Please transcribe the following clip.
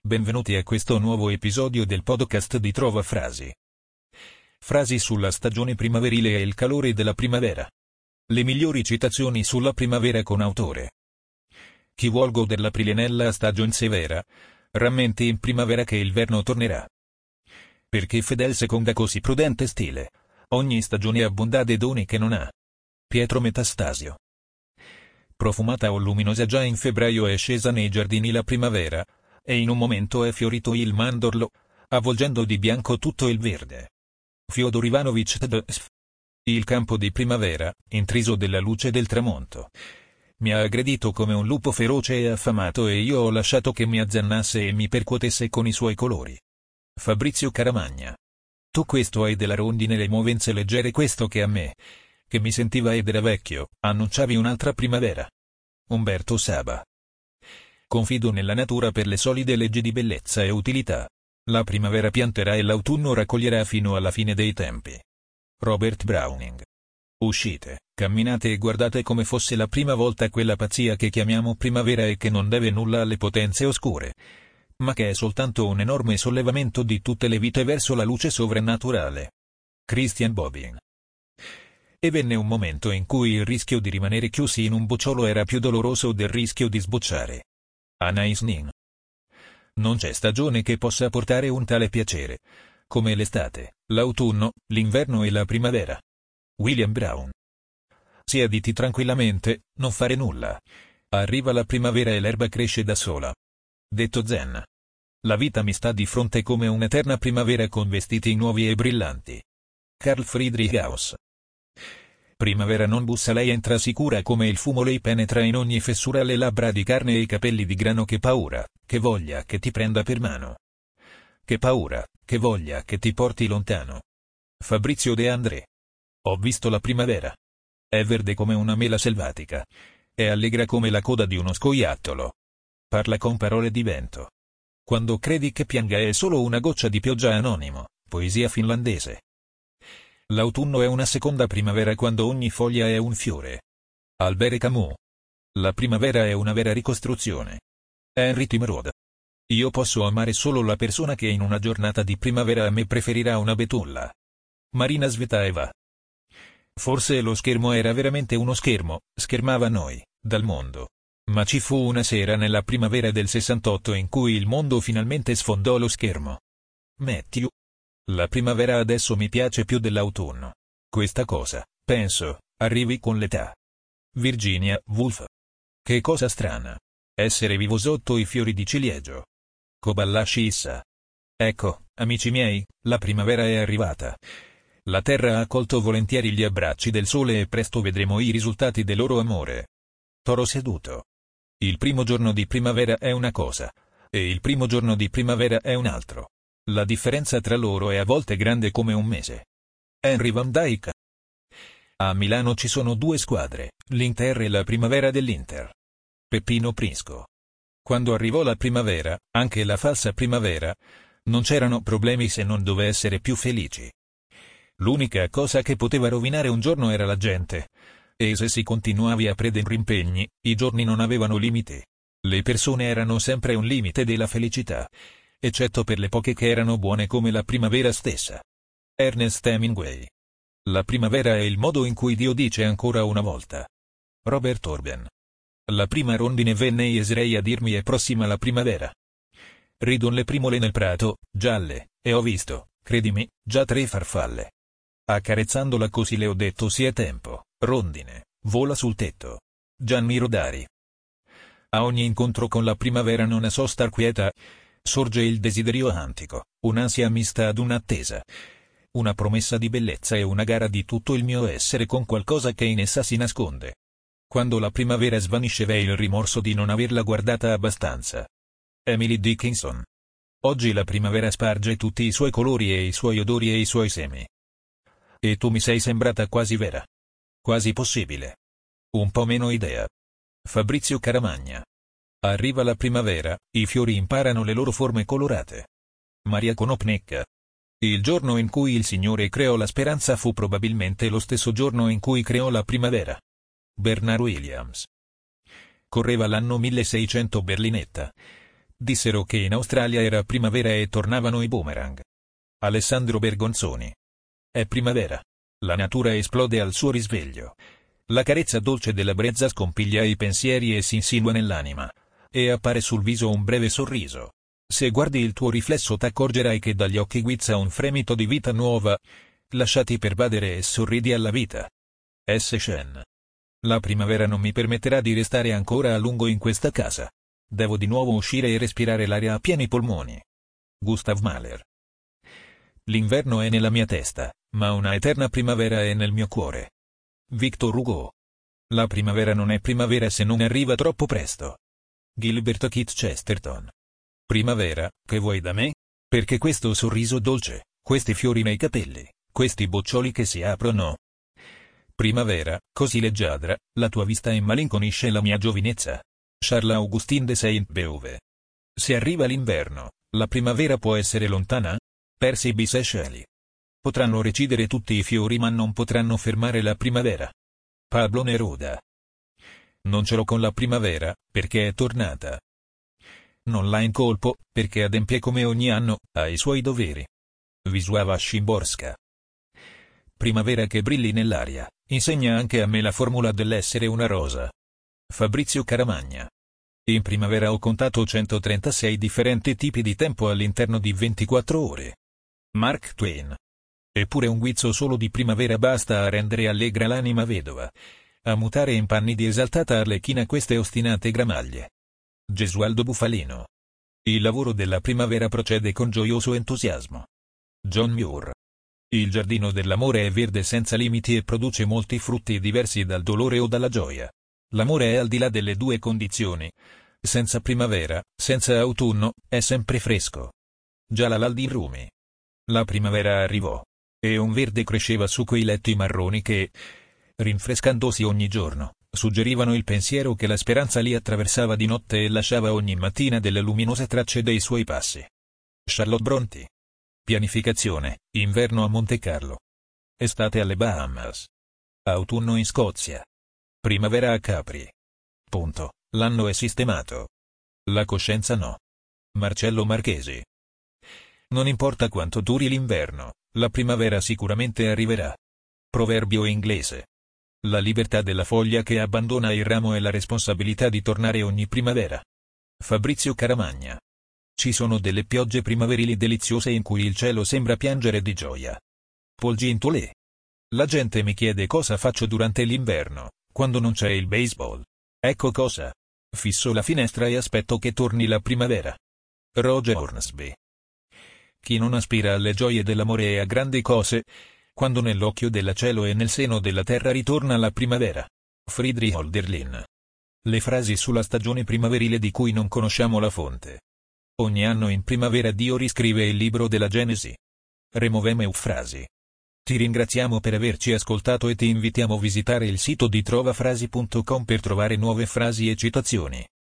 Benvenuti a questo nuovo episodio del podcast di Trova Frasi. Frasi sulla stagione primaverile e il calore della primavera. Le migliori citazioni sulla primavera con autore. Chi vuol goder nella stagione severa, rammenti in primavera che il verno tornerà. Perché fedel seconda così prudente stile, ogni stagione abbonda de doni che non ha. Pietro Metastasio. Profumata o luminosa già in febbraio è scesa nei giardini la primavera, e in un momento è fiorito il mandorlo, avvolgendo di bianco tutto il verde. Fyodor Ivanovich Tolstoj. Il campo di primavera, intriso della luce del tramonto, mi ha aggredito come un lupo feroce e affamato e io ho lasciato che mi azzannasse e mi percuotesse con i suoi colori. Fabrizio Caramagna. Tu questo hai della rondine le movenze leggere questo che a me, che mi sentiva ed era vecchio, annunciavi un'altra primavera. Umberto Saba. Confido nella natura per le solide leggi di bellezza e utilità. La primavera pianterà e l'autunno raccoglierà fino alla fine dei tempi. Robert Browning. Uscite, camminate e guardate come fosse la prima volta quella pazzia che chiamiamo primavera e che non deve nulla alle potenze oscure, ma che è soltanto un enorme sollevamento di tutte le vite verso la luce sovrannaturale. Christian Bobin. E venne un momento in cui il rischio di rimanere chiusi in un bocciolo era più doloroso del rischio di sbocciare. Anais Nin. Non c'è stagione che possa portare un tale piacere, come l'estate, l'autunno, l'inverno e la primavera. William Brown. Siediti tranquillamente, non fare nulla. Arriva la primavera e l'erba cresce da sola. Detto zen. La vita mi sta di fronte come un'eterna primavera con vestiti nuovi e brillanti. Carl Friedrich Gauss. Primavera non bussa, lei entra sicura come il fumo, lei penetra in ogni fessura, le labbra di carne e i capelli di grano, che paura, che voglia che ti prenda per mano. Che paura, che voglia che ti porti lontano. Fabrizio De André. Ho visto la primavera. È verde come una mela selvatica. È allegra come la coda di uno scoiattolo. Parla con parole di vento. Quando credi che pianga è solo una goccia di pioggia. Anonimo, poesia finlandese. L'autunno è una seconda primavera quando ogni foglia è un fiore. Albert Camus. La primavera è una vera ricostruzione. Henry Timrod. Io posso amare solo la persona che in una giornata di primavera a me preferirà una betulla. Marina Svetaeva. Forse lo schermo era veramente uno schermo, schermava noi, dal mondo. Ma ci fu una sera nella primavera del 68 in cui il mondo finalmente sfondò lo schermo. Matthew. La primavera adesso mi piace più dell'autunno. Questa cosa, penso, arrivi con l'età. Virginia Woolf. Che cosa strana. Essere vivo sotto i fiori di ciliegio. Kobayashi Issa. Ecco, amici miei, la primavera è arrivata. La terra ha accolto volentieri gli abbracci del sole e presto vedremo i risultati del loro amore. Toro seduto. Il primo giorno di primavera è una cosa, e il primo giorno di primavera è un altro. La differenza tra loro è a volte grande come un mese. Henry Van Dyke. A Milano ci sono due squadre, l'Inter e la primavera dell'Inter. Peppino Prisco. Quando arrivò la primavera, anche la falsa primavera, non c'erano problemi se non dove essere più felici. L'unica cosa che poteva rovinare un giorno era la gente. E se si continuavi a prendere impegni, i giorni non avevano limiti. Le persone erano sempre un limite della felicità, eccetto per le poche che erano buone come la primavera stessa. Ernest Hemingway. La primavera è il modo in cui Dio dice ancora una volta. Robert Orben. La prima rondine venne Esrei a dirmi è prossima la primavera. Ridon le primole nel prato, gialle, e ho visto, credimi, già 3 farfalle. Accarezzandola così le ho detto sì è tempo, rondine, vola sul tetto. Gianni Rodari. A ogni incontro con la primavera non so star quieta. Sorge il desiderio antico, un'ansia mista ad un'attesa. Una promessa di bellezza e una gara di tutto il mio essere con qualcosa che in essa si nasconde. Quando la primavera svanisce v'è il rimorso di non averla guardata abbastanza. Emily Dickinson. Oggi la primavera sparge tutti i suoi colori e i suoi odori e i suoi semi. E tu mi sei sembrata quasi vera. Quasi possibile. Un po' meno idea. Fabrizio Caramagna. Arriva la primavera, i fiori imparano le loro forme colorate. Maria Konopnicka. Il giorno in cui il Signore creò la speranza fu probabilmente lo stesso giorno in cui creò la primavera. Bernard Williams. Correva l'anno 1600 Berlinetta. Dissero che in Australia era primavera e tornavano i boomerang. Alessandro Bergonzoni. È primavera. La natura esplode al suo risveglio. La carezza dolce della brezza scompiglia i pensieri e si insinua nell'anima. E appare sul viso un breve sorriso. Se guardi il tuo riflesso t'accorgerai che dagli occhi guizza un fremito di vita nuova. Lasciati pervadere e sorridi alla vita. S. Shen. La primavera non mi permetterà di restare ancora a lungo in questa casa. Devo di nuovo uscire e respirare l'aria a pieni polmoni. Gustav Mahler. L'inverno è nella mia testa, ma una eterna primavera è nel mio cuore. Victor Hugo. La primavera non è primavera se non arriva troppo presto. Gilbert Keith Chesterton. Primavera, che vuoi da me? Perché questo sorriso dolce, questi fiori nei capelli, questi boccioli che si aprono. Primavera, così leggiadra, la tua vista immalinconisce la mia giovinezza. Charles-Augustin de Saint-Beuve. Se arriva l'inverno, la primavera può essere lontana? Percy Bysshe Shelley. Potranno recidere tutti i fiori ma non potranno fermare la primavera. Pablo Neruda. Non ce l'ho con la primavera, perché è tornata. Non la incolpo, perché adempie come ogni anno, ai suoi doveri. Wisława Szymborska. Primavera che brilli nell'aria, insegna anche a me la formula dell'essere una rosa. Fabrizio Caramagna. In primavera ho contato 136 differenti tipi di tempo all'interno di 24 ore. Mark Twain. Eppure un guizzo solo di primavera basta a rendere allegra l'anima vedova, a mutare in panni di esaltata arlecchina queste ostinate gramaglie. Gesualdo Bufalino. Il lavoro della primavera procede con gioioso entusiasmo. John Muir. Il giardino dell'amore è verde senza limiti e produce molti frutti diversi dal dolore o dalla gioia. L'amore è al di là delle due condizioni. Senza primavera, senza autunno, è sempre fresco. Jalal Rumi. La primavera arrivò. E un verde cresceva su quei letti marroni che, rinfrescandosi ogni giorno, suggerivano il pensiero che la speranza li attraversava di notte e lasciava ogni mattina delle luminose tracce dei suoi passi. Charlotte Brontë. Pianificazione, inverno a Monte Carlo. Estate alle Bahamas. Autunno in Scozia. Primavera a Capri. Punto. L'anno è sistemato. La coscienza no. Marcello Marchesi. Non importa quanto duri l'inverno, la primavera sicuramente arriverà. Proverbio inglese. La libertà della foglia che abbandona il ramo e la responsabilità di tornare ogni primavera. Fabrizio Caramagna. Ci sono delle piogge primaverili deliziose in cui il cielo sembra piangere di gioia. Paul Gintolé. La gente mi chiede cosa faccio durante l'inverno, quando non c'è il baseball. Ecco cosa. Fisso la finestra e aspetto che torni la primavera. Roger Hornsby. Chi non aspira alle gioie dell'amore e a grandi cose, quando nell'occhio del cielo e nel seno della terra ritorna la primavera. Friedrich Hölderlin. Le frasi sulla stagione primaverile di cui non conosciamo la fonte. Ogni anno in primavera Dio riscrive il libro della Genesi. Removem Eufrasi. Ti ringraziamo per averci ascoltato e ti invitiamo a visitare il sito di trovafrasi.com per trovare nuove frasi e citazioni.